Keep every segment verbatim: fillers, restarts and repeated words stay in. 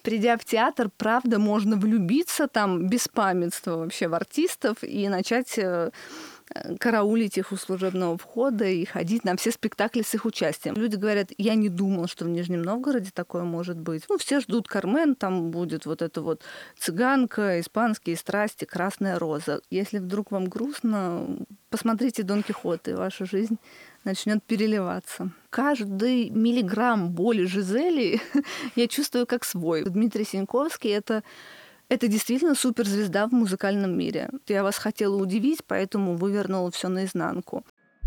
Придя в театр, правда, можно влюбиться там без памятства вообще в артистов и начать э, караулить их у служебного входа и ходить на все спектакли с их участием. Люди говорят, я не думал, что в Нижнем Новгороде такое может быть. Ну, все ждут Кармен, там будет вот эта вот цыганка, испанские страсти, красная роза. Если вдруг вам грустно, посмотрите Дон Кихот, и ваша жизнь начнет переливаться. Каждый миллиграмм боли Жизели я чувствую как свой. Дмитрий Синьковский — это Это действительно суперзвезда в музыкальном мире. Я вас хотела удивить, поэтому вывернула все наизнанку.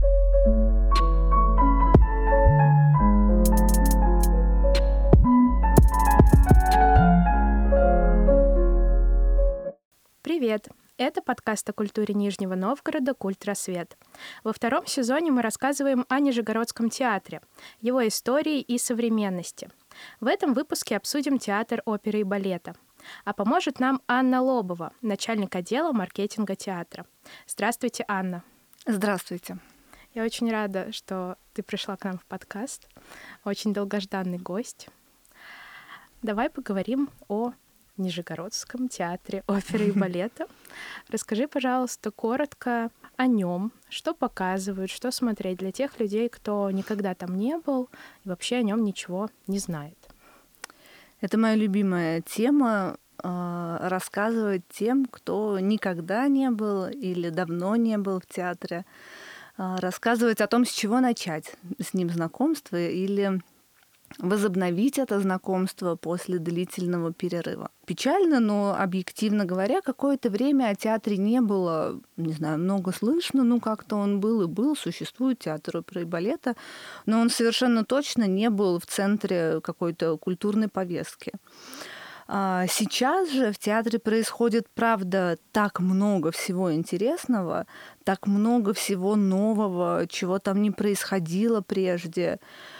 Привет! Это подкаст о культуре Нижнего Новгорода «Культрассвет». Во втором сезоне мы рассказываем о Нижегородском театре, его истории и современности. В этом выпуске обсудим театр оперы и балета. А поможет нам Анна Лобова, начальник отдела маркетинга театра. Здравствуйте, Анна. Здравствуйте. Я очень рада, что ты пришла к нам в подкаст. Очень долгожданный гость. Давай поговорим о Нижегородском театре оперы и балета. Расскажи, пожалуйста, коротко о нем, что показывают, что смотреть для тех людей, кто никогда там не был и вообще о нем ничего не знает. Это моя любимая тема — рассказывать тем, кто никогда не был или давно не был в театре, рассказывать о том, с чего начать с ним знакомство или возобновить это знакомство после длительного перерыва. Печально, но, объективно говоря, какое-то время о театре не было, не знаю, много слышно, ну как-то он был и был, существует театр оперы и балета, но он совершенно точно не был в центре какой-то культурной повестки. Сейчас же в театре происходит, правда, так много всего интересного, так много всего нового, чего там не происходило прежде,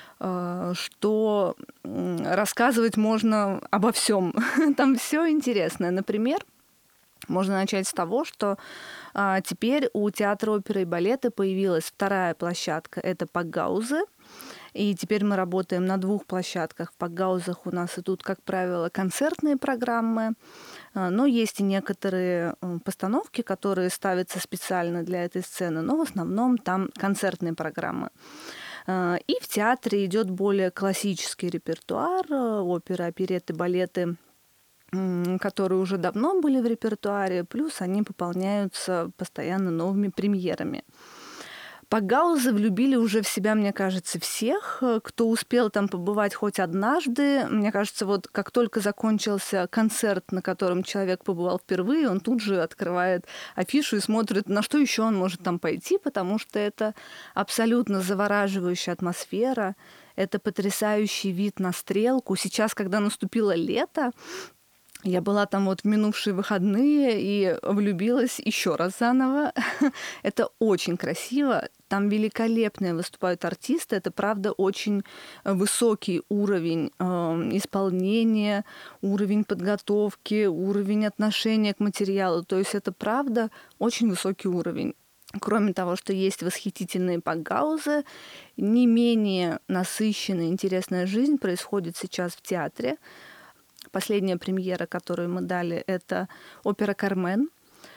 что рассказывать можно обо всем. Там все интересное. Например, можно начать с того, что теперь у театра оперы и балета появилась вторая площадка. Это Пакгаузы. И теперь мы работаем на двух площадках. В Пакгаузах у нас идут, как правило, концертные программы, но есть и некоторые постановки, которые ставятся специально для этой сцены, но в основном там концертные программы. И в театре идет более классический репертуар, оперы, оперетты, балеты, которые уже давно были в репертуаре, плюс они пополняются постоянно новыми премьерами. Пакгаузы влюбили уже в себя, мне кажется, всех, кто успел там побывать хоть однажды. Мне кажется, вот как только закончился концерт, на котором человек побывал впервые, он тут же открывает афишу и смотрит, на что еще он может там пойти, потому что это абсолютно завораживающая атмосфера, это потрясающий вид на Стрелку. Сейчас, когда наступило лето, я была там вот в минувшие выходные и влюбилась еще раз заново. Это очень красиво. Там великолепные выступают артисты. Это, правда, очень высокий уровень э, исполнения, уровень подготовки, уровень отношения к материалу. То есть это, правда, очень высокий уровень. Кроме того, что есть восхитительные Пакгаузы, не менее насыщенная, интересная жизнь происходит сейчас в театре. Последняя премьера, которую мы дали, это опера «Кармен».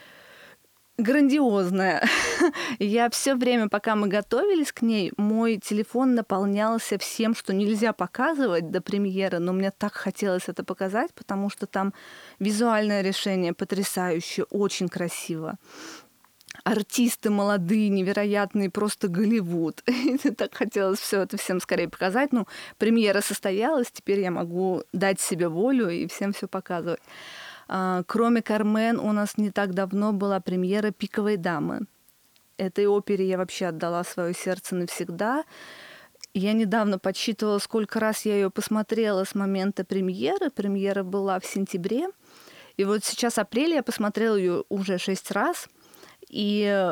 Грандиозная. Я все время, пока мы готовились к ней, мой телефон наполнялся всем, что нельзя показывать до премьеры, но мне так хотелось это показать, потому что там визуальное решение потрясающее, очень красиво. Артисты молодые, невероятные, просто Голливуд. И так хотелось все это всем скорее показать. Ну, премьера состоялась, теперь я могу дать себе волю и всем все показывать. Кроме «Кармен», у нас не так давно была премьера «Пиковой дамы». Этой опере я вообще отдала свое сердце навсегда. Я недавно подсчитывала, сколько раз я ее посмотрела с момента премьеры. Премьера была в сентябре. И вот сейчас апрель, я посмотрела ее уже шесть раз. И,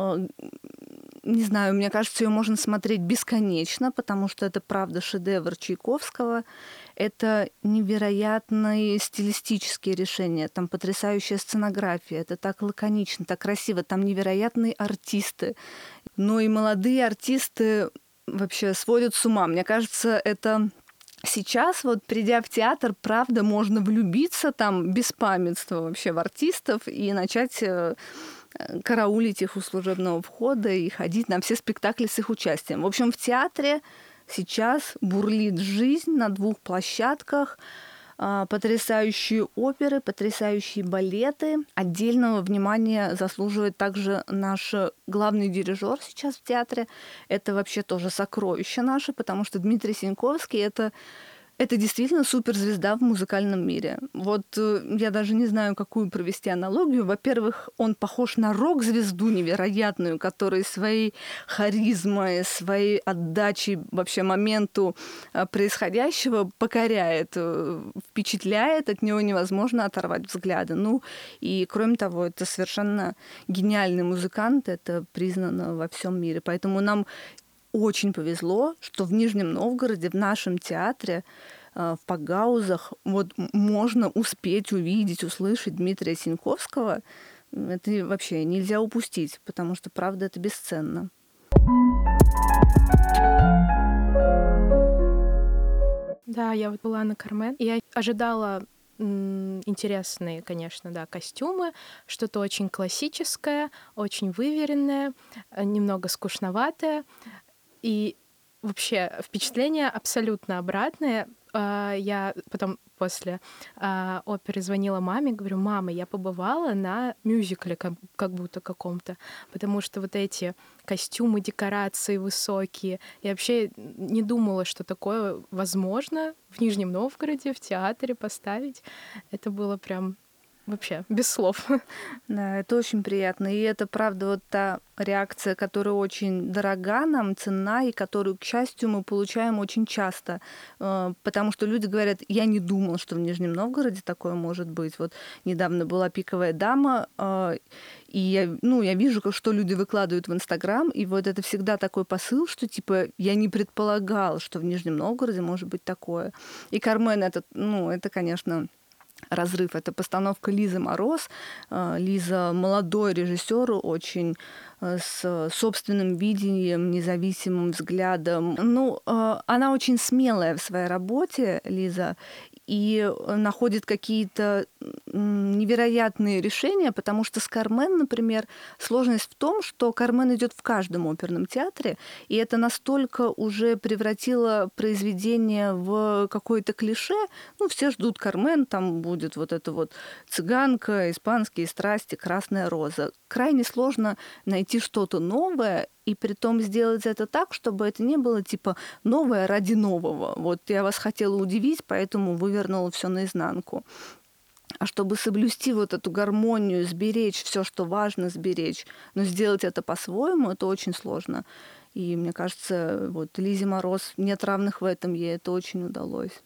не знаю, мне кажется, ее можно смотреть бесконечно, потому что это, правда, шедевр Чайковского. Это невероятные стилистические решения, там потрясающая сценография, это так лаконично, так красиво, там невероятные артисты. Но и молодые артисты вообще сводят с ума. Мне кажется, это Сейчас вот, придя в театр, правда, можно влюбиться там без памятства вообще в артистов и начать э, караулить их у служебного входа и ходить на все спектакли с их участием. В общем, в театре сейчас бурлит жизнь на двух площадках. А, Потрясающие оперы, потрясающие балеты. Отдельного внимания заслуживает также наш главный дирижер сейчас в театре. Это вообще тоже сокровище наше, потому что Дмитрий Синьковский — это это действительно суперзвезда в музыкальном мире. Вот э, я даже не знаю, какую провести аналогию. Во-первых, он похож на рок-звезду невероятную, которая своей харизмой, своей отдачей вообще моменту э, происходящего покоряет, э, впечатляет, от него невозможно оторвать взгляды. Ну и кроме того, это совершенно гениальный музыкант, это признано во всем мире. Поэтому нам очень повезло, что в Нижнем Новгороде, в нашем театре, э, в Пакгаузах вот м- можно успеть увидеть, услышать Дмитрия Синьковского. Это вообще нельзя упустить, потому что, правда, это бесценно. Да, я вот была на Кармен, и я ожидала м, интересные, конечно, да, костюмы, что-то очень классическое, очень выверенное, э, немного скучноватое. И вообще впечатление абсолютно обратное. А, Я потом после а, оперы звонила маме, говорю: мама, я побывала на мюзикле как, как будто каком-то, потому что вот эти костюмы, декорации высокие. Я вообще не думала, что такое возможно в Нижнем Новгороде в театре поставить. Это было прям вообще без слов. Да, это очень приятно. И это, правда, вот та реакция, которая очень дорога нам, ценна, и которую, к счастью, мы получаем очень часто. Э, Потому что люди говорят: я не думал, что в Нижнем Новгороде такое может быть. Вот недавно была «Пиковая дама», э, и я, ну, я вижу, как- что люди выкладывают в Инстаграм, и вот это всегда такой посыл, что типа я не предполагал, что в Нижнем Новгороде может быть такое. И «Кармен» — это, ну, это, конечно, разрыв. Это постановка Лизы Мороз. Э, Лиза молодой режиссер, очень э, с собственным видением, независимым взглядом. Ну, э, она очень смелая в своей работе, Лиза, и находит какие-то м, невероятные решения, потому что с «Кармен», например, сложность в том, что «Кармен» идет в каждом оперном театре, и это настолько уже превратило произведение в какое-то клише. Ну, все ждут «Кармен», там будет вот эта вот цыганка, испанские страсти, красная роза. Крайне сложно найти что-то новое, и притом сделать это так, чтобы это не было типа новое ради нового. Вот я вас хотела удивить, поэтому вывернула все наизнанку. А чтобы соблюсти вот эту гармонию, сберечь все, что важно сберечь, но сделать это по-своему, это очень сложно. И мне кажется, вот Лизе Мороз нет равных в этом, ей это очень удалось.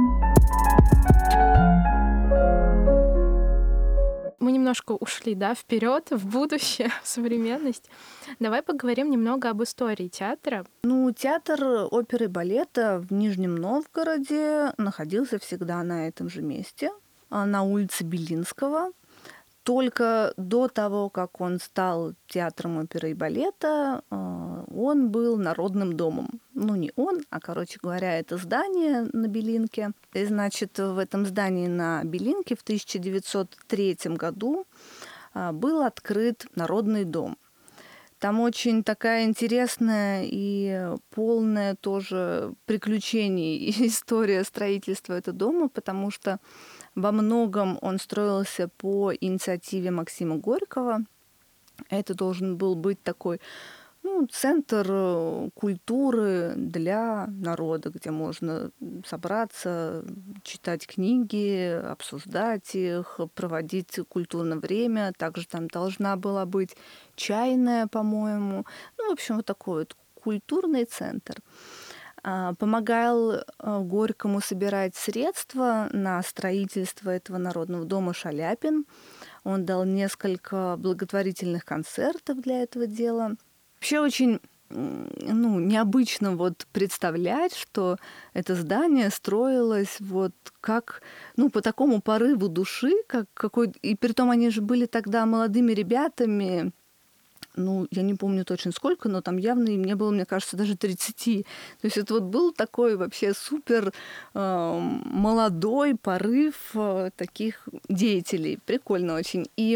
Мы немножко ушли, да, вперед, в будущее, в современность. Давай поговорим немного об истории театра. Ну, театр оперы и балета в Нижнем Новгороде находился всегда на этом же месте, а, на улице Белинского. Только до того, как он стал театром оперы и балета, а, он был народным домом. Ну, не он, а, короче говоря, это здание на Белинке. И, значит, в этом здании на Белинке в тысяча девятьсот третьем году а, был открыт Народный дом. Там очень такая интересная и полная тоже приключений история строительства этого дома, потому что во многом он строился по инициативе Максима Горького. Это должен был быть такой, ну, центр э, культуры для народа, где можно собраться, читать книги, обсуждать их, проводить культурное время. Также там должна была быть чайная, по-моему. Ну, в общем, вот такой вот культурный центр. А, Помогал э, Горькому собирать средства на строительство этого народного дома Шаляпин. Он дал несколько благотворительных концертов для этого дела. Вообще очень м, ну, необычно вот представлять, что это здание строилось вот как, ну, по такому порыву души, как какой... И притом они же были тогда молодыми ребятами, ну, я не помню точно сколько, но там явно и мне было, мне кажется, даже тридцать. То есть это вот был такой вообще супер э, молодой порыв э, таких деятелей. Прикольно очень. И,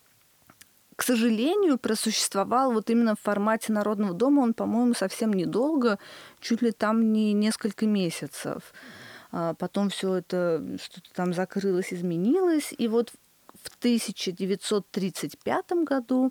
к сожалению, просуществовал вот именно в формате Народного дома он, по-моему, совсем недолго, чуть ли там не несколько месяцев. А потом все это что-то там закрылось, изменилось. И вот в тысяча девятьсот тридцать пятом году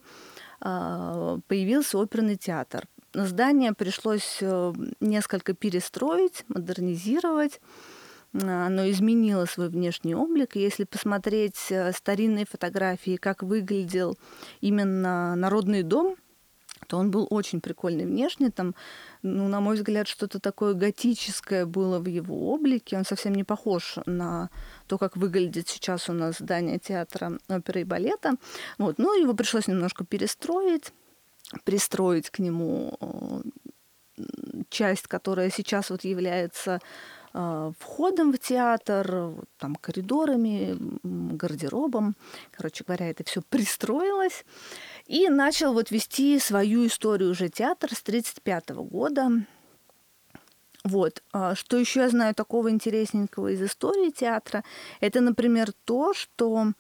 появился оперный театр. Здание пришлось несколько перестроить, модернизировать. Оно изменило свой внешний облик. Если посмотреть старинные фотографии, как выглядел именно Народный дом, то он был очень прикольный внешне. Там, ну, на мой взгляд, что-то такое готическое было в его облике. Он совсем не похож на то, как выглядит сейчас у нас здание театра оперы и балета. Вот. Ну, его пришлось немножко перестроить, пристроить к нему часть, которая сейчас вот является входом в театр, там, коридорами, гардеробом. Короче говоря, это все пристроилось. И начал вот вести свою историю уже театр с тридцать пятого года. Вот. Что еще я знаю такого интересненького из истории театра? Это, например, то, что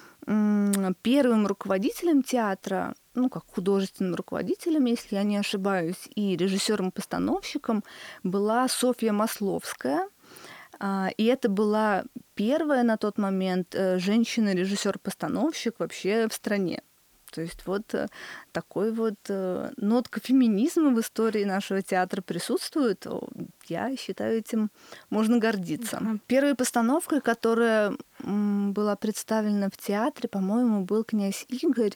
первым руководителем театра, ну, как художественным руководителем, если я не ошибаюсь, и режиссером-постановщиком была Софья Масловская. И это была первая на тот момент женщина-режиссер-постановщик вообще в стране. То есть вот такой вот нотка феминизма в истории нашего театра присутствует. Я считаю, этим можно гордиться. Uh-huh. Первой постановкой, которая была представлена в театре, по-моему, был «Князь Игорь»,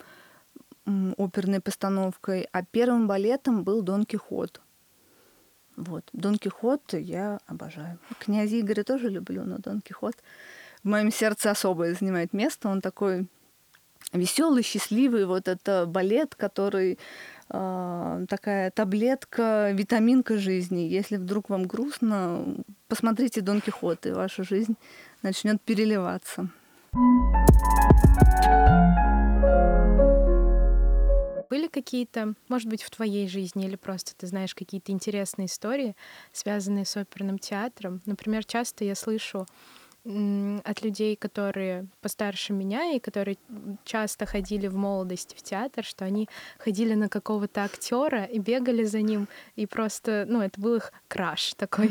оперной постановкой, а первым балетом был «Дон Кихот». Вот. «Дон Кихот» я обожаю. «Князя Игоря» тоже люблю, но «Дон Кихот» в моем сердце особое занимает место. Он такой веселый, счастливый. Вот это балет, который э, такая таблетка, витаминка жизни. Если вдруг вам грустно, посмотрите «Дон Кихот», и ваша жизнь начнет переливаться. Были какие-то, может быть, в твоей жизни или просто ты знаешь какие-то интересные истории, связанные с оперным театром? Например, часто я слышу от людей, которые постарше меня и которые часто ходили в молодости в театр, что они ходили на какого-то актера и бегали за ним, и просто, ну, это был их краш такой.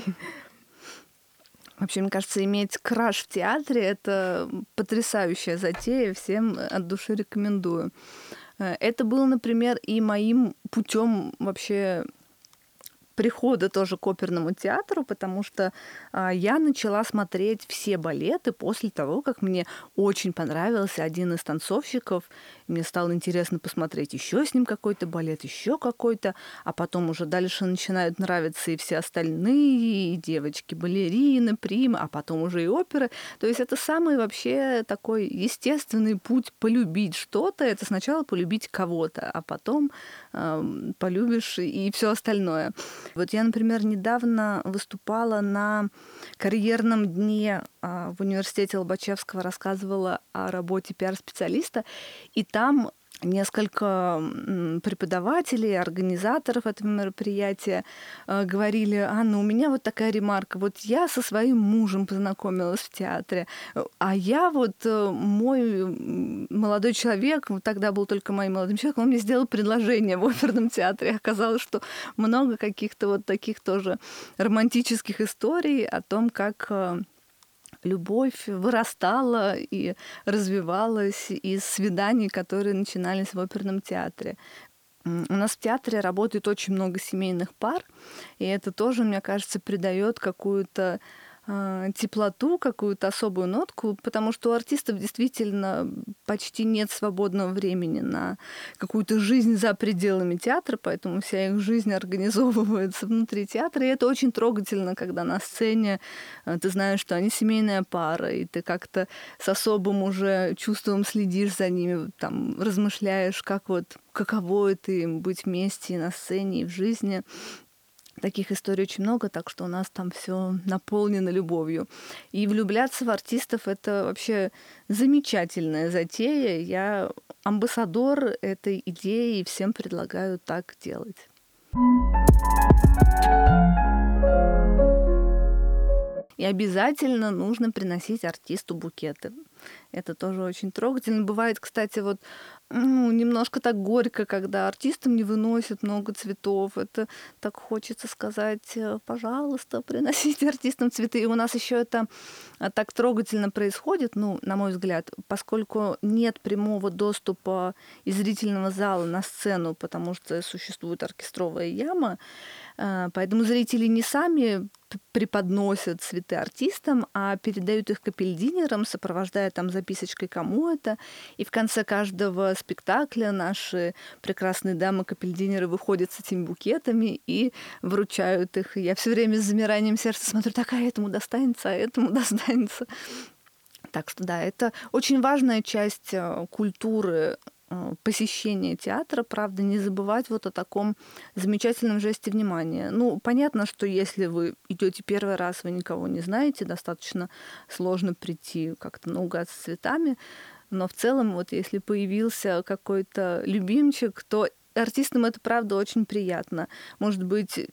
Вообще, мне кажется, иметь краш в театре — это потрясающая затея, всем от души рекомендую. Это было, например, и моим путем вообще прихода тоже к оперному театру, потому что а, я начала смотреть все балеты после того, как мне очень понравился один из танцовщиков. Мне стало интересно посмотреть еще с ним какой-то балет, еще какой-то, а потом уже дальше начинают нравиться и все остальные, и девочки-балерины, примы, а потом уже и оперы. То есть это самый вообще такой естественный путь полюбить что-то. Это сначала полюбить кого-то, а потом э, полюбишь и все остальное. Вот я, например, недавно выступала на карьерном дне в университете Лобачевского, рассказывала о работе пиар-специалиста, и там несколько преподавателей, организаторов этого мероприятия говорили: «Анна, у меня вот такая ремарка. Вот я со своим мужем познакомилась в театре, а я вот, мой молодой человек, тогда был только моим молодым человеком, он мне сделал предложение в оперном театре». Оказалось, что много каких-то вот таких тоже романтических историй о том, как любовь вырастала и развивалась из свиданий, которые начинались в оперном театре. У нас в театре работает очень много семейных пар, и это тоже, мне кажется, придает какую-то э, теплоту, какую-то особую нотку, потому что у артистов действительно почти нет свободного времени на какую-то жизнь за пределами театра, поэтому вся их жизнь организовывается внутри театра, и это очень трогательно, когда на сцене э, ты знаешь, что они семейная пара, и ты как-то с особым уже чувством следишь за ними, там, размышляешь, как вот, каково это им быть вместе и на сцене, и в жизни. Таких историй очень много, так что у нас там все наполнено любовью. И влюбляться в артистов — это вообще замечательная затея. Я амбассадор этой идеи и всем предлагаю так делать. И обязательно нужно приносить артисту букеты. Это тоже очень трогательно. Бывает, кстати, вот ну, немножко так горько, когда артистам не выносят много цветов. Это так хочется сказать: пожалуйста, приносите артистам цветы. И у нас еще это так трогательно происходит, ну, на мой взгляд, поскольку нет прямого доступа из зрительного зала на сцену, потому что существует оркестровая яма, поэтому зрители не сами преподносят цветы артистам, а передают их капельдинерам, сопровождая там записочкой, кому это. И в конце каждого спектакля наши прекрасные дамы-капельдинеры выходят с этими букетами и вручают их. И я все время с замиранием сердца смотрю: так, а этому достанется, а этому достанется. Так что да, это очень важная часть культуры посещения театра, правда, не забывать вот о таком замечательном жесте внимания. Ну, понятно, что если вы идете первый раз, вы никого не знаете, достаточно сложно прийти как-то наугад с цветами, но в целом вот если появился какой-то любимчик, то артистам это, правда, очень приятно. Может быть,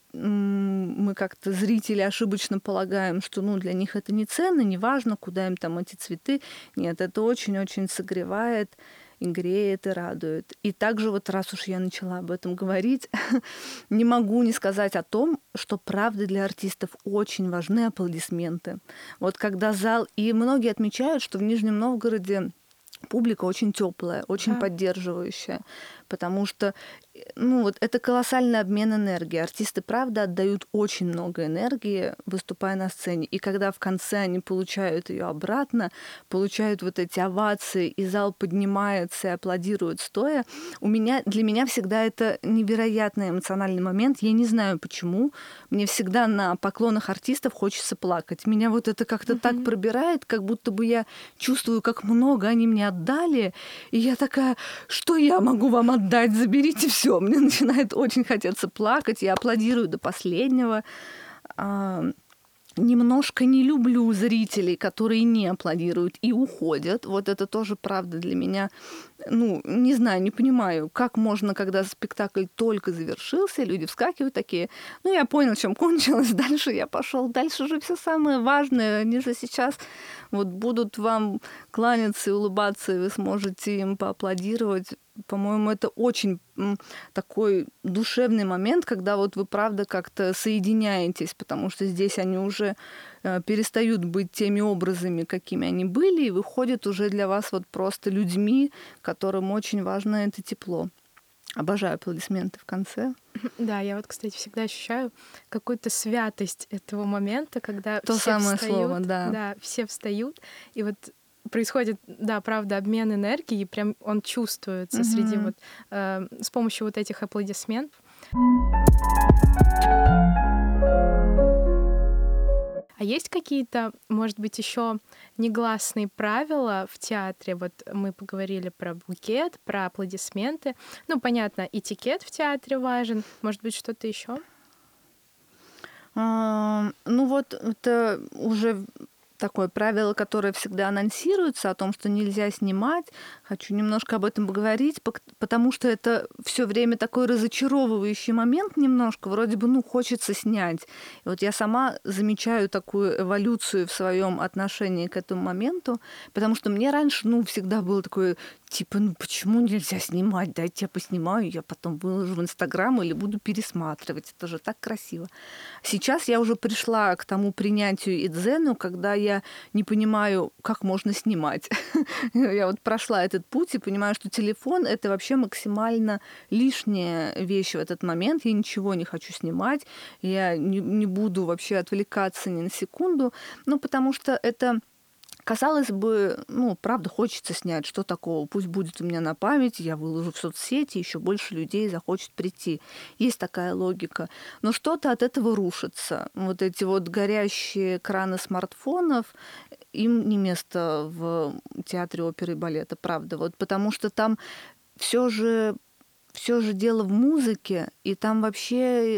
мы как-то, зрители, ошибочно полагаем, что ну, для них это не ценно, не важно, куда им там эти цветы. Нет, это очень-очень согревает и греет, и радует. И также вот, раз уж я начала об этом говорить, не могу не сказать о том, что, правда, для артистов очень важны аплодисменты. Вот когда зал... И многие отмечают, что в Нижнем Новгороде публика очень теплая, очень Да. поддерживающая, потому что ну, вот это колоссальный обмен энергией. Артисты, правда, отдают очень много энергии, выступая на сцене. И когда в конце они получают ее обратно, получают вот эти овации, и зал поднимается и аплодирует стоя, у меня, для меня всегда это невероятный эмоциональный момент. Я не знаю почему. Мне всегда на поклонах артистов хочется плакать. Меня вот это как-то mm-hmm. так пробирает, как будто бы я чувствую, как много они мне отдали. И я такая: что я могу вам отдать? Заберите все. Мне начинает очень хотеться плакать. Я аплодирую до последнего. А, немножко не люблю зрителей, которые не аплодируют и уходят. Вот это тоже правда для меня. Ну, не знаю, не понимаю, как можно, когда спектакль только завершился, люди вскакивают такие: ну, я понял, чем кончилось, дальше я пошел. Дальше же все самое важное. Они же сейчас вот будут вам кланяться и улыбаться, и вы сможете им поаплодировать. По-моему, это очень такой душевный момент, когда вот вы, правда, как-то соединяетесь, потому что здесь они уже перестают быть теми образами, какими они были, и выходят уже для вас вот просто людьми, которым очень важно это тепло. Обожаю аплодисменты в конце. Да, я вот, кстати, всегда ощущаю какую-то святость этого момента, когда То все самое встают, слово, да. Да, все встают, и вот происходит, да, правда, обмен энергии, и прям он чувствуется mm-hmm. среди вот э, с помощью вот этих аплодисментов. А есть какие-то, может быть, еще негласные правила в театре? Вот мы поговорили про букет, про аплодисменты. Ну, понятно, этикет в театре важен. Может быть, что-то еще? А, ну вот это уже такое правило, которое всегда анонсируется, о том, что нельзя снимать. Хочу немножко об этом поговорить, потому что это все время такой разочаровывающий момент немножко. Вроде бы, ну, хочется снять. И вот я сама замечаю такую эволюцию в своем отношении к этому моменту, потому что мне раньше, ну, всегда было такое, типа, ну, почему нельзя снимать? Дайте я поснимаю, я потом выложу в Инстаграм или буду пересматривать. Это же так красиво. Сейчас я уже пришла к тому принятию и дзену, когда я не понимаю, как можно снимать. Я вот прошла этот путь и понимаю, что телефон — это вообще максимально лишняя вещь в этот момент. Я ничего не хочу снимать, я не, не буду вообще отвлекаться ни на секунду, ну, потому что это... Казалось бы, ну, правда, хочется снять, что такого, пусть будет у меня на память, я выложу в соцсети, еще больше людей захочет прийти. Есть такая логика. Но что-то от этого рушится. Вот эти вот горящие экраны смартфонов, им не место в театре оперы и балета, правда. Вот, потому что там все же, все же дело в музыке, и там вообще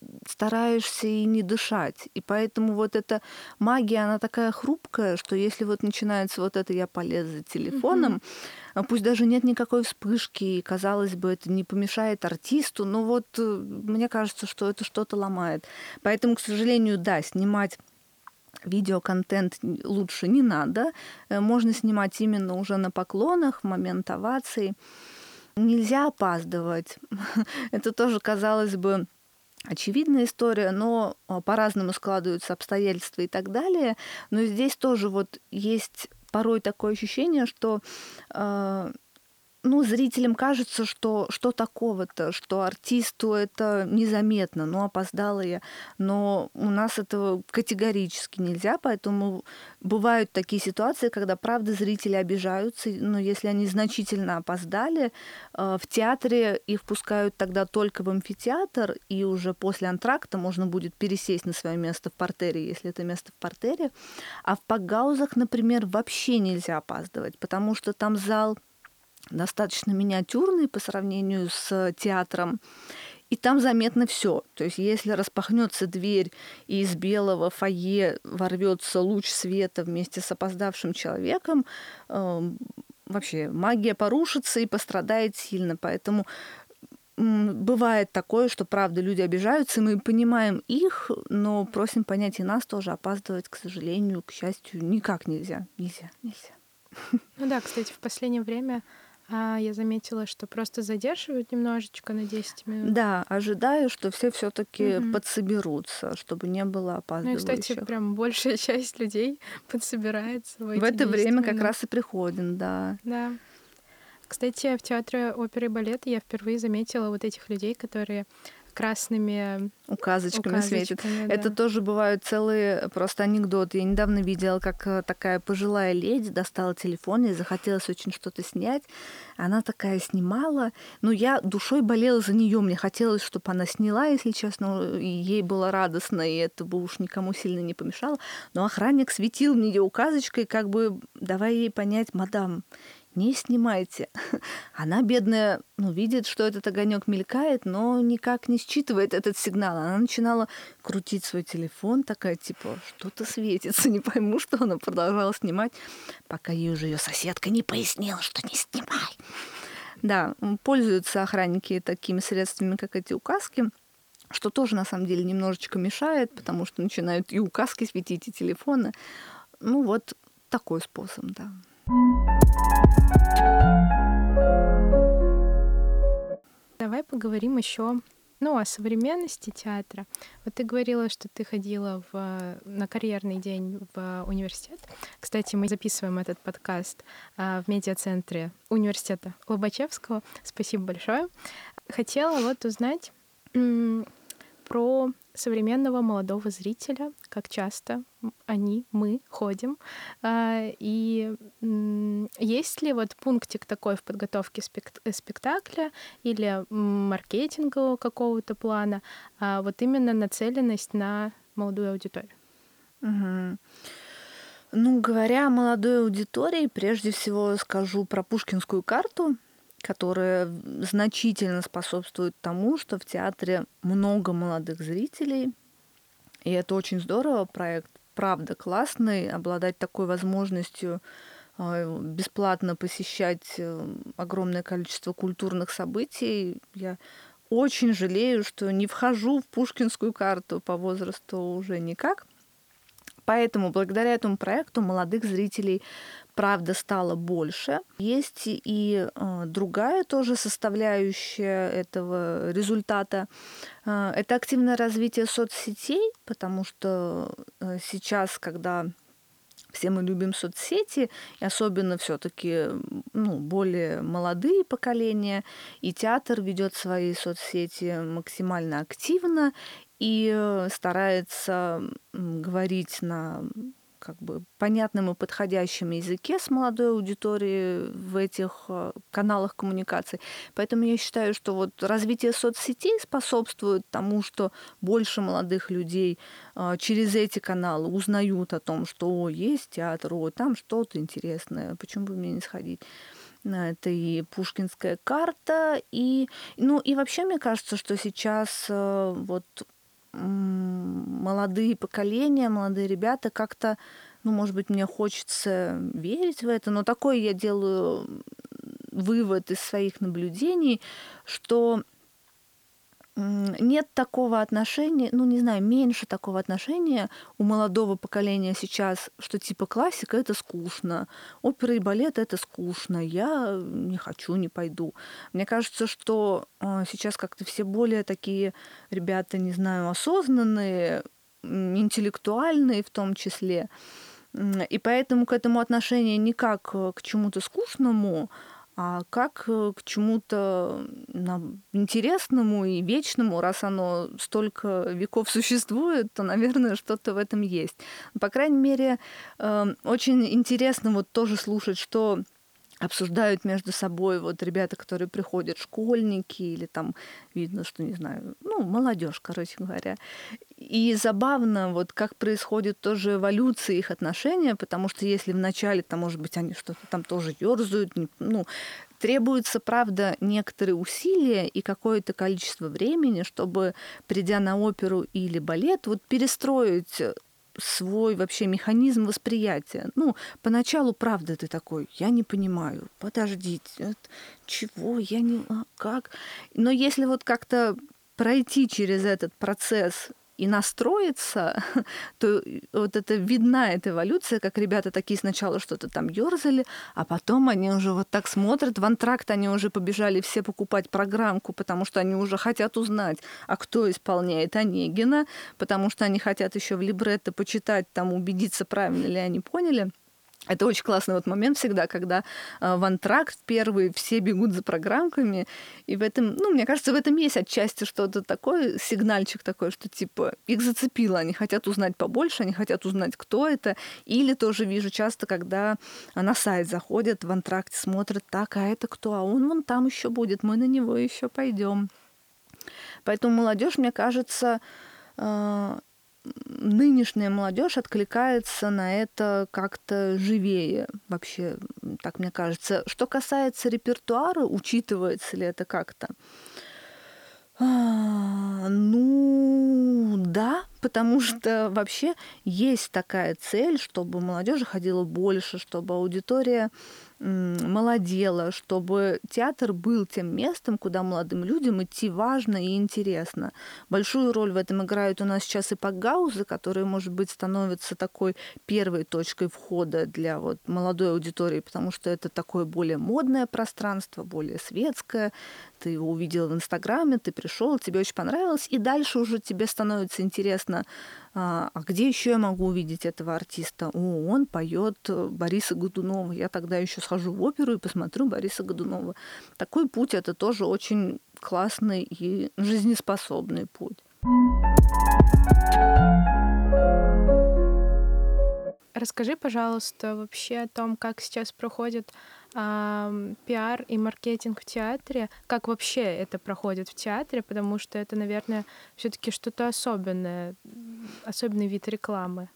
стараешься и не дышать. И поэтому вот эта магия, она такая хрупкая, что если вот начинается вот это «я полез за телефоном», Мгм. а пусть даже нет никакой вспышки, и, казалось бы, это не помешает артисту, но вот э, мне кажется, что это что-то ломает. Поэтому, к сожалению, да, снимать видеоконтент н- лучше не надо. Э, Можно снимать именно уже на поклонах, в момент оваций. Нельзя опаздывать. Это тоже, казалось бы, очевидная история, но а, по-разному складываются обстоятельства и так далее. Но здесь тоже вот есть порой такое ощущение, что а, ну, зрителям кажется, что что такого-то, что артисту это незаметно, ну, опоздала я. Но у нас этого категорически нельзя, поэтому бывают такие ситуации, когда, правда, зрители обижаются, но если они значительно опоздали, э, в театре их пускают тогда только в амфитеатр, и уже после антракта можно будет пересесть на свое место в партере, если это место в партере. А в пакгаузах, например, вообще нельзя опаздывать, потому что там зал достаточно миниатюрный по сравнению с театром, и там заметно все. То есть если распахнется дверь, и из белого фойе ворвется луч света вместе с опоздавшим человеком, эм, вообще магия порушится и пострадает сильно. Поэтому м, бывает такое, что, правда, люди обижаются, и мы понимаем их, но просим понять и нас тоже. Опаздывать, к сожалению, к счастью, никак нельзя. Нельзя, нельзя. Ну да, кстати, в последнее время а, я заметила, что просто задерживают немножечко на десять минут. Да, ожидаю, что все все таки Мгм. подсоберутся, чтобы не было Ну и, кстати, опаздывающих. прям большая часть людей подсобирается в В эти это десять время как минут. раз и приходим, да. Да. Кстати, в театре оперы и балета я впервые заметила вот этих людей, которые красными Указочками светит. указочками, Это да. тоже бывают целые просто анекдоты. Я недавно видела, как э, такая пожилая леди достала телефон, ей захотелось очень что-то снять. Она такая снимала. Ну, я душой болела за нее. Мне хотелось, чтобы она сняла, если честно, и ей было радостно, и это бы уж никому сильно не помешало. Но охранник светил в нее указочкой, как бы давая ей понять: мадам, не снимайте. Она, бедная, ну, видит, что этот огонек мелькает, но никак не считывает этот сигнал. Она начинала крутить свой телефон, такая типа, что-то светится, не пойму, что она продолжала снимать, пока ей уже ее соседка не пояснила, что не снимай. Да, м, пользуются охранники такими средствами, как эти указки, что тоже на самом деле немножечко мешает, потому что начинают и указки светить, и телефоны. Ну вот такой способ, да. Давай поговорим еще, ну, о современности театра. Вот ты говорила, что ты ходила в, на карьерный день в университет. Кстати, мы записываем этот подкаст а, в медиацентре университета Лобачевского. Спасибо большое. Хотела вот узнать м, про современного молодого зрителя, как часто м, они, мы ходим. А, И м, есть ли вот пунктик такой в подготовке спект- э, спектакля или м, маркетингового какого-то плана, а, вот именно нацеленность на молодую аудиторию? Мгм. Ну, говоря о молодой аудитории, прежде всего скажу про пушкинскую карту, которая в- значительно способствует тому, что в театре много молодых зрителей. И это очень здорово, проект правда классный, обладать такой возможностью э, бесплатно посещать э, огромное количество культурных событий. Я очень жалею, что не вхожу в пушкинскую карту по возрасту уже никак. Поэтому благодаря этому проекту молодых зрителей, правда, стало больше. Есть и э, другая тоже составляющая этого результата. Э, это активное развитие соцсетей, потому что э, сейчас, когда все мы любим соцсети, и особенно все-таки ну, более молодые поколения, и театр ведет свои соцсети максимально активно и э, старается м, говорить на как бы понятном и подходящем языке с молодой аудиторией в этих э, каналах коммуникаций. Поэтому я считаю, что вот развитие соцсетей способствует тому, что больше молодых людей а, через эти каналы узнают о том, что о, есть театр, о, там что-то интересное, почему бы мне не сходить. На это и пушкинская карта, и, ну, и вообще мне кажется, что сейчас э, вот молодые поколения, молодые ребята как-то, ну, может быть, мне хочется верить в это, но такой я делаю вывод из своих наблюдений, что нет такого отношения, ну, не знаю, меньше такого отношения у молодого поколения сейчас, что типа классика — это скучно, опера и балет — это скучно, я не хочу, не пойду. Мне кажется, что сейчас как-то все более такие ребята, не знаю, осознанные, интеллектуальные в том числе, и поэтому к этому отношение не как к чему-то скучному, а как к чему-то интересному и вечному. Раз оно столько веков существует, то, наверное, что-то в этом есть. По крайней мере, очень интересно вот тоже слушать, что обсуждают между собой вот ребята, которые приходят, школьники, или там видно, что, не знаю, ну, молодежь, короче говоря. И забавно, вот как происходит тоже эволюция их отношения, потому что если вначале, там, может быть, они что-то там тоже ёрзают, ну, требуется, правда, некоторые усилия и какое-то количество времени, чтобы, придя на оперу или балет, вот перестроить свой вообще механизм восприятия. Ну, поначалу, правда, ты такой, я не понимаю, подождите, чего, я не... А, как? Но если вот как-то пройти через этот процесс и настроиться, то вот это видна эта эволюция, как ребята такие сначала что-то там ёрзали, а потом они уже вот так смотрят, в антракт они уже побежали все покупать программку, потому что они уже хотят узнать, а кто исполняет Онегина, потому что они хотят еще в либретто почитать, там убедиться, правильно ли они поняли. Это очень классный вот момент всегда, когда э, в антракт первый все бегут за программками, и в этом, ну, мне кажется, в этом есть отчасти что-то такое, сигнальчик такой, что типа их зацепило, они хотят узнать побольше, они хотят узнать, кто это, или тоже вижу часто, когда на сайт заходят, в антракте смотрят, так, а это кто, а он вон там еще будет, мы на него еще пойдем. Поэтому молодежь, мне кажется, э, нынешняя молодежь откликается на это как-то живее, вообще, так мне кажется. Что касается репертуара, учитывается ли это как-то? А, ну, да, потому что вообще есть такая цель, чтобы молодежи ходило больше, чтобы аудитория молодела, чтобы театр был тем местом, куда молодым людям идти важно и интересно. Большую роль в этом играют у нас сейчас и пакгаузы, которые, может быть, становятся такой первой точкой входа для вот молодой аудитории, потому что это такое более модное пространство, более светское. Ты его увидел в Инстаграме, ты пришел, тебе очень понравилось, и дальше уже тебе становится интересно, а где еще я могу увидеть этого артиста? О, он поет Бориса Годунова. Я тогда еще схожу в оперу и посмотрю Бориса Годунова. Такой путь — это тоже очень классный и жизнеспособный путь. Расскажи, пожалуйста, вообще о том, как сейчас проходит э, пиар и маркетинг в театре, как вообще это проходит в театре, потому что это, наверное, все-таки что-то особенное, особенный вид рекламы.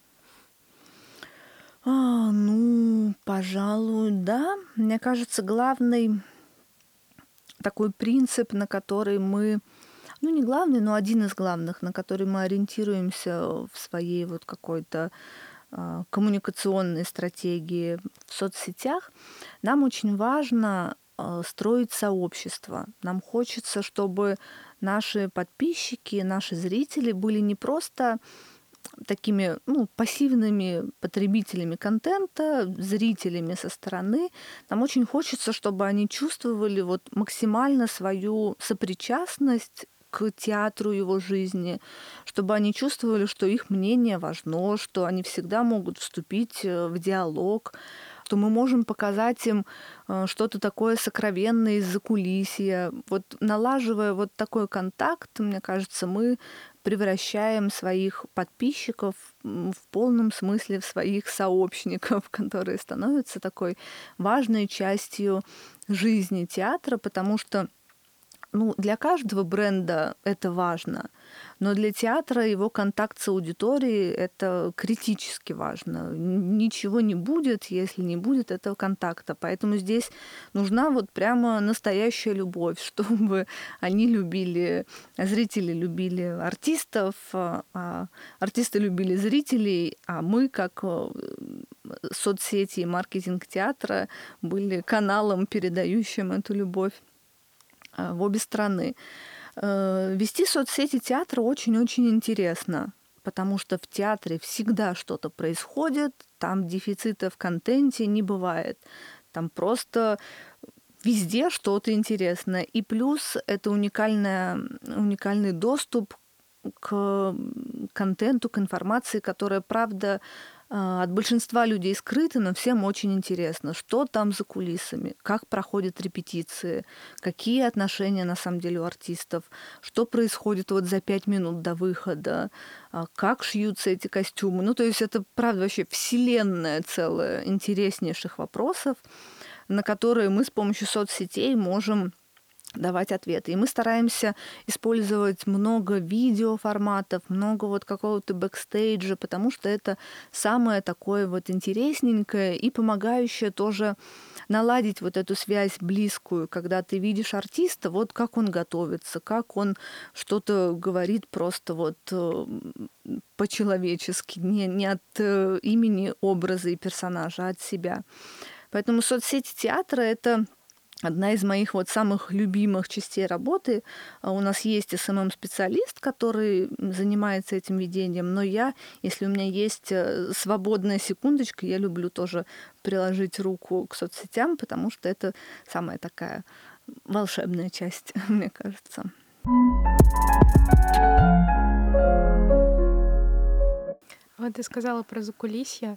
А, ну, пожалуй, да. Мне кажется, главный такой принцип, на который мы, ну не главный, но один из главных, на который мы ориентируемся в своей вот какой-то коммуникационной стратегии в соцсетях, нам очень важно строить сообщество. Нам хочется, чтобы наши подписчики, наши зрители были не просто такими, ну, пассивными потребителями контента, зрителями со стороны. Нам очень хочется, чтобы они чувствовали вот максимально свою сопричастность к театру его жизни, чтобы они чувствовали, что их мнение важно, что они всегда могут вступить в диалог, что мы можем показать им что-то такое сокровенное из-за кулисья. Вот налаживая вот такой контакт, мне кажется, мы превращаем своих подписчиков в полном смысле в своих сообщников, которые становятся такой важной частью жизни театра, потому что ну, для каждого бренда это важно, но для театра его контакт с аудиторией — это критически важно. Н- Ничего не будет, если не будет этого контакта. Поэтому здесь нужна вот прямо настоящая любовь, чтобы они любили, зрители любили артистов, а а артисты любили зрителей, а мы, как э, соцсети и маркетинг театра, были каналом, передающим эту любовь а, в обе стороны. Э, Вести соцсети театра очень-очень интересно, потому что в театре всегда что-то происходит, там дефицита в контенте не бывает. Там просто везде что-то интересное. И плюс это уникальная, уникальный доступ к контенту, к информации, которая, правда, а, от большинства людей скрыта, но всем очень интересно, что там за кулисами, как проходят репетиции, какие отношения на самом деле у артистов, что происходит вот за пять минут до выхода, а, как шьются эти костюмы. Ну, то есть это, правда, вообще вселенная целая интереснейших вопросов, на которые мы с помощью соцсетей можем давать ответы. И мы стараемся использовать много видеоформатов, много вот какого-то бэкстейджа, потому что это самое такое вот интересненькое и помогающее тоже наладить вот эту связь близкую, когда ты видишь артиста, вот как он готовится, как он что-то говорит просто вот э, по-человечески, не, не от э, имени, образа и персонажа, а от себя. Поэтому соцсети театра — это одна из моих вот самых любимых частей работы. А У нас есть эс эм эм-специалист, который занимается этим ведением, но я, если у меня есть э, свободная секундочка, я люблю тоже приложить руку к соцсетям, потому что это самая такая волшебная часть, мне кажется. Вот ты сказала про закулисье.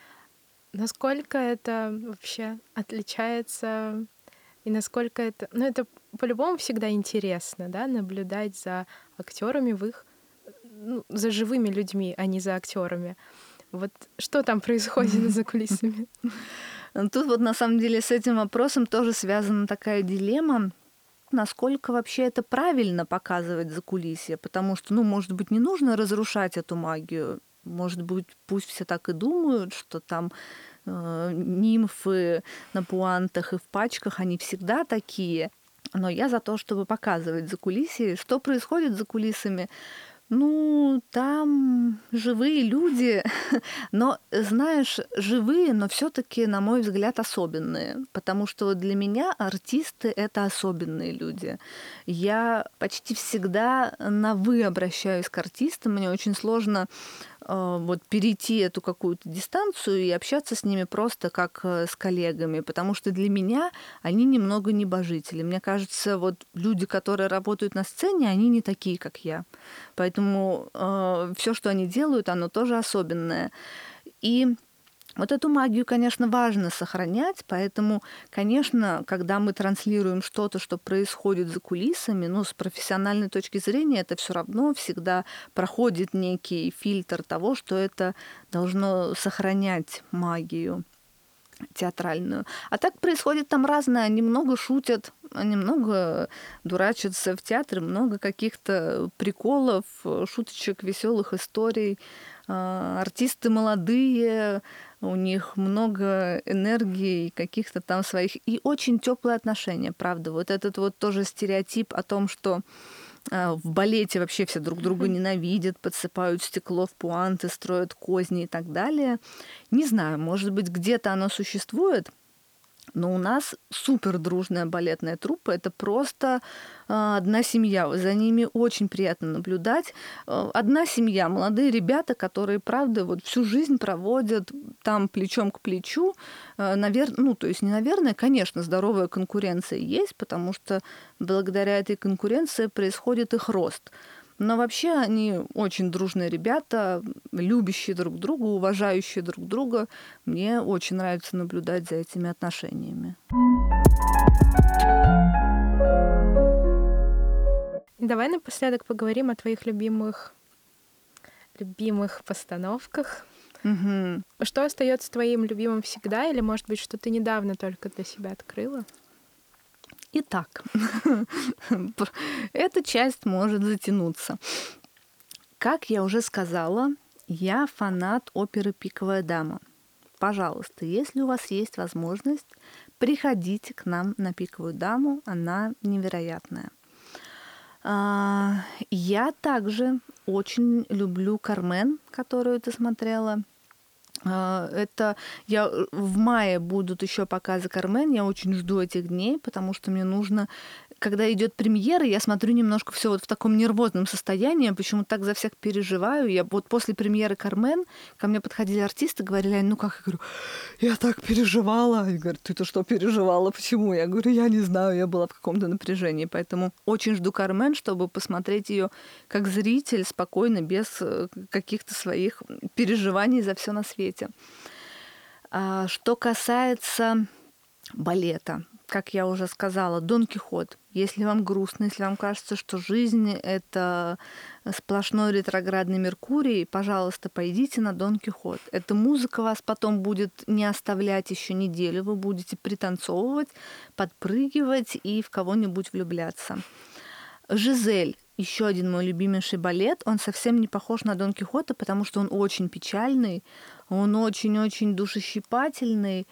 Насколько это вообще отличается и насколько это... Ну, это по-любому всегда интересно, да, наблюдать за актерами в их... ну, за живыми людьми, а не за актерами. Вот что там происходит за кулисами? Тут вот на самом деле с этим вопросом тоже связана такая дилемма, насколько вообще это правильно показывать закулисье, потому что, ну, может быть, не нужно разрушать эту магию, может быть, пусть все так и думают, что там э, нимфы на пуантах и в пачках, они всегда такие. Но я за то, чтобы показывать закулисье. Что происходит за кулисами? Ну, там живые люди, но, знаешь, живые, но все-таки, на мой взгляд, особенные. Потому что вот для меня артисты — это особенные люди. Я почти всегда на «вы» обращаюсь к артистам. Мне очень сложно э, вот перейти эту какую-то дистанцию и общаться с ними просто как э, с коллегами, потому что для меня они немного небожители. Мне кажется, вот люди, которые работают на сцене, они не такие, как я. Поэтому э, все, что они делают, оно тоже особенное. И вот эту магию, конечно, важно сохранять, поэтому, конечно, когда мы транслируем что-то, что происходит за кулисами, ну, с профессиональной точки зрения, это все равно всегда проходит некий фильтр того, что это должно сохранять магию театральную. А так происходит там разное. Они много шутят, они много дурачатся в театре, много каких-то приколов, шуточек, веселых историй. А, Артисты молодые, у них много энергии, каких-то там своих... И очень теплые отношения, правда. Вот этот вот тоже стереотип о том, что а, в балете вообще все друг друга ненавидят, подсыпают стекло в пуанты, строят козни и так далее. Не знаю, может быть, где-то оно существует, но у нас супер дружная балетная труппа. Это просто а, одна семья. За ними очень приятно наблюдать. А, Одна семья, молодые ребята, которые, правда, вот всю жизнь проводят там плечом к плечу. Наверное, ну, то есть не наверное, конечно, здоровая конкуренция есть, потому что благодаря этой конкуренции происходит их рост. Но вообще они очень дружные ребята, любящие друг друга, уважающие друг друга. Мне очень нравится наблюдать за этими отношениями. Давай напоследок поговорим о твоих любимых любимых постановках. Мгм. Что остается твоим любимым всегда, или, может быть, что ты недавно только для себя открыла? Итак, эта часть может затянуться. Как я уже сказала, я фанат оперы «Пиковая дама». Пожалуйста, если у вас есть возможность, приходите к нам на «Пиковую даму», она невероятная. Я также очень люблю «Кармен», которую ты смотрела. Это я в мае будут еще показы «Кармен». Я очень жду этих дней, потому что мне нужно, когда идет премьера, я смотрю немножко все вот в таком нервозном состоянии, почему так за всех переживаю. Я вот после премьеры «Кармен» ко мне подходили артисты, говорили: ну как? Я говорю: я так переживала. И говорят: ты-то что переживала? Почему? Я говорю: я не знаю, я была в каком-то напряжении, поэтому очень жду «Кармен», чтобы посмотреть ее как зритель спокойно, без каких-то своих переживаний за все на свете. Что касается балета, как я уже сказала, Дон Кихот. Если вам грустно, если вам кажется, что жизнь — это сплошной ретроградный Меркурий, пожалуйста, пойдите на Дон Кихот. Эта музыка вас потом будет не оставлять еще неделю. Вы будете пританцовывать, подпрыгивать и в кого-нибудь влюбляться. «Жизель» — еще один мой любимейший балет. Он совсем не похож на Дон Кихота, потому что он очень печальный, он очень-очень душещипательный,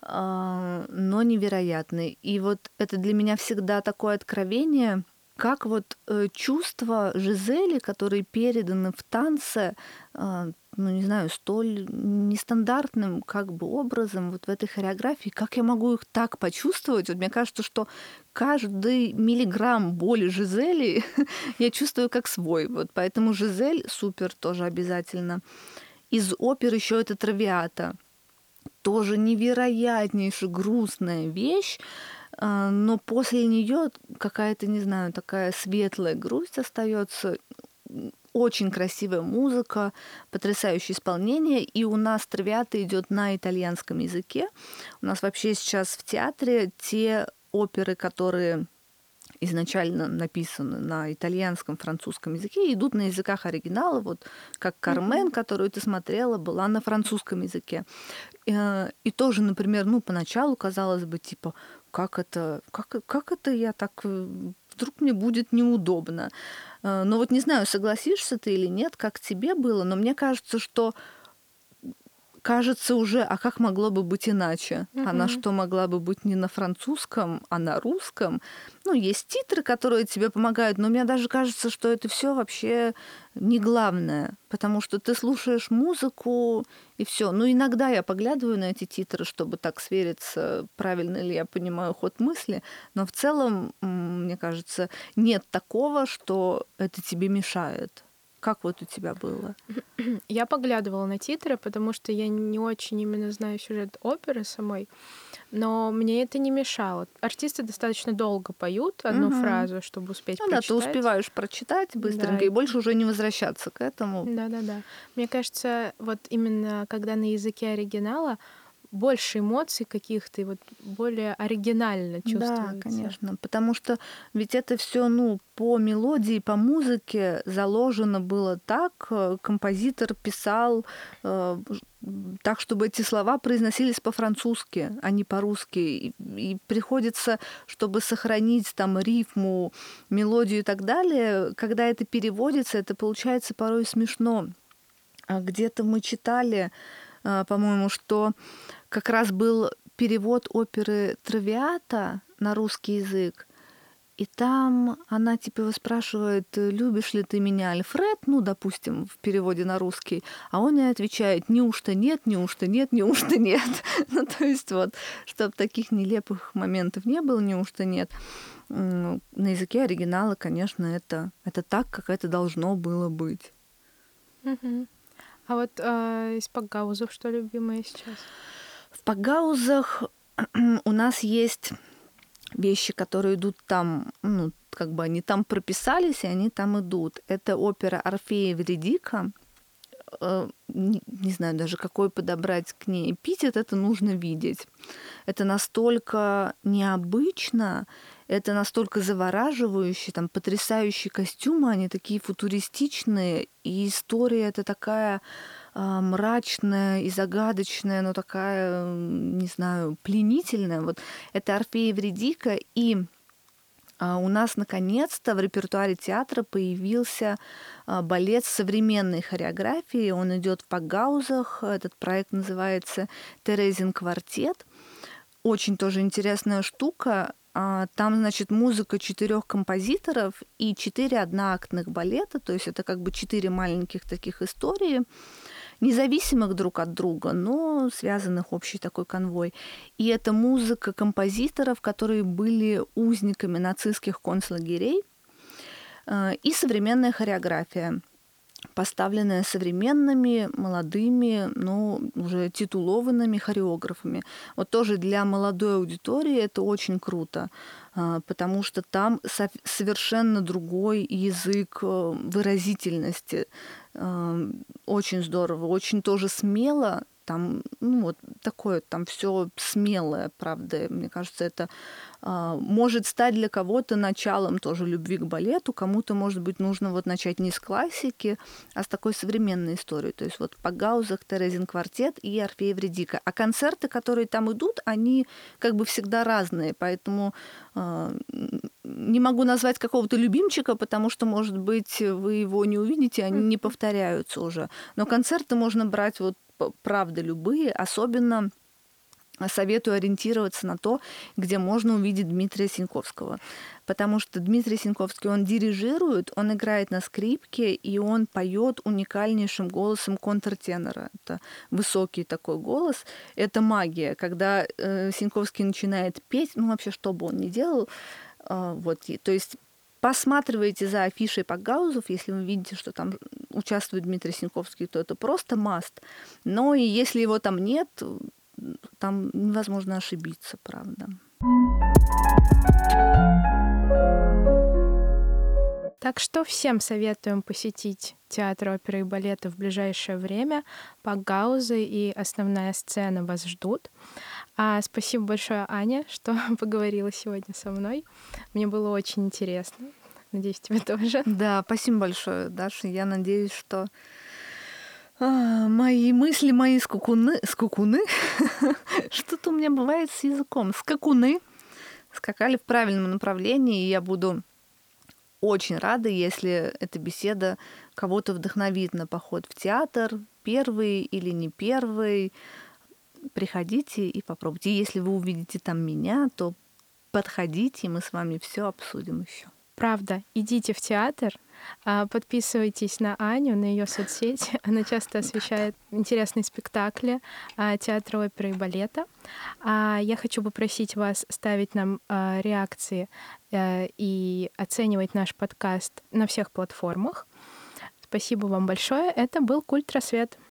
но невероятный. И вот это для меня всегда такое откровение, как вот чувства Жизели, которые переданы в танце, ну, не знаю, столь нестандартным как бы образом вот в этой хореографии, как я могу их так почувствовать? Вот мне кажется, что каждый миллиграмм боли Жизели я чувствую как свой. Вот поэтому «Жизель» супер тоже обязательно. Из опер еще это «Травиата». Тоже невероятнейше грустная вещь, но после нее какая-то, не знаю, такая светлая грусть остается. Очень красивая музыка, потрясающее исполнение. И у нас «Травиата» идет на итальянском языке. У нас вообще сейчас в театре те оперы, которые изначально написаны на итальянском, французском языке, идут на языках оригинала, вот как «Кармен», которую ты смотрела, была на французском языке. И тоже, например, ну, поначалу казалось бы, типа, как это, как, как это я так... Вдруг мне будет неудобно. Но вот не знаю, согласишься ты или нет, как тебе было, но мне кажется, что кажется уже, а как могло бы быть иначе? Мгм. Она что, могла бы быть не на французском, а на русском? Ну, есть титры, которые тебе помогают, но мне даже кажется, что это все вообще не главное, потому что ты слушаешь музыку и все. Ну, иногда я поглядываю на эти титры, чтобы так свериться, правильно ли я понимаю ход мысли, но в целом, м, мне кажется, нет такого, что это тебе мешает. Как вот у тебя было? Я поглядывала на титры, потому что я не очень именно знаю сюжет оперы самой, но мне это не мешало. Артисты достаточно долго поют одну Мгм. фразу, чтобы успеть Ну да, ты прочитать. успеваешь прочитать Да, быстренько и больше уже не возвращаться к этому. да-да-да. Мне кажется, вот именно когда на языке оригинала больше эмоций каких-то, и вот более оригинально Да, чувствуется. конечно, потому что ведь это все, ну, по мелодии, по музыке заложено было так, э, композитор писал э, ж- м, так, чтобы эти слова произносились по-французски, а не по-русски. И, и приходится, чтобы сохранить там рифму, мелодию и так далее, когда это переводится, это получается порой смешно. А где-то мы читали, а, по-моему, что как раз был перевод оперы «Травиата» на русский язык, и там она типа его спрашивает: «Любишь ли ты меня, Альфред?» Ну, допустим, в переводе на русский. А он ей отвечает: «Неужто нет, неужто нет, неужто нет?» Ну, то есть вот, чтобы таких нелепых моментов не было, неужто нет. М, На языке оригинала, конечно, это, это так, как это должно было быть. Мгм. А вот а, из пагаузов что любимое сейчас? В Пагаузах у нас есть вещи, которые идут там, ну, как бы они там прописались, и они там идут. Это опера «Орфея и Эвридика». Э, Не, не знаю даже, какой подобрать к ней эпитет, это нужно видеть. Это настолько необычно, это настолько завораживающе, там потрясающие костюмы, они такие футуристичные, и история это такая а, мрачная и загадочная, но такая, м, не знаю, пленительная. Вот это «Орфей и Эвридика», и А у нас наконец-то в репертуаре театра появился а, балет с современной хореографией. Он идет в Пакгаузах. Этот проект называется «Терезин квартет». Очень тоже интересная штука. А, Там, значит, музыка четырех композиторов и четыре одноактных балета. То есть это как бы четыре маленьких таких истории, независимых друг от друга, но связанных общий такой конвой. И это музыка композиторов, которые были узниками нацистских концлагерей, э, и современная хореография, поставленная современными, молодыми, но уже титулованными хореографами. Вот тоже для молодой аудитории это очень круто, а, потому что там со- совершенно другой язык э, выразительности. Э, Очень здорово, очень тоже смело. Там, ну, вот такое, там все смелое, правда. Мне кажется, это а, может стать для кого-то началом тоже любви к балету, кому-то, может быть, нужно вот начать не с классики, а с такой современной истории. То есть вот в Пакгаузах Терезин квартет и Орфей Эвридика. А концерты, которые там идут, они как бы всегда разные, поэтому а, не могу назвать какого-то любимчика, потому что, может быть, вы его не увидите, они не повторяются уже. Но концерты можно брать вот п- правда любые, особенно советую ориентироваться на то, где можно увидеть Дмитрия Синьковского. Потому что Дмитрий Синьковский, он дирижирует, он играет на скрипке, и он поет уникальнейшим голосом контртенора. Это высокий такой голос. Это магия. Когда э, Синьковский начинает петь, ну вообще, что бы он ни делал, э, вот, и- то есть посматривайте за афишей Пакгаузов, если вы видите, что там участвует Дмитрий Синьковский, то это просто маст. Но и если его там нет, там невозможно ошибиться, правда. Так что всем советуем посетить театр оперы и балета в ближайшее время. Пакгаузы и основная сцена вас ждут. А спасибо большое, Аня, что поговорила сегодня со мной. Мне было очень интересно. Надеюсь, тебе тоже. Да, спасибо большое, Даша. Я надеюсь, что а, мои мысли, мои скакуны, скакуны, что-то у меня бывает с языком, скакуны скакали в правильном направлении, и я буду очень рада, если эта беседа кого-то вдохновит на поход в театр, первый или не первый. Приходите и попробуйте. Если вы увидите там меня, то подходите, и мы с вами все обсудим еще. Правда, идите в театр, а, подписывайтесь на Аню, на ее соцсети. Она часто освещает интересные спектакли а, театра оперы и балета. А я хочу попросить вас ставить нам а, реакции а, и оценивать наш подкаст на всех платформах. Спасибо вам большое. Это был «Культ Рассвет».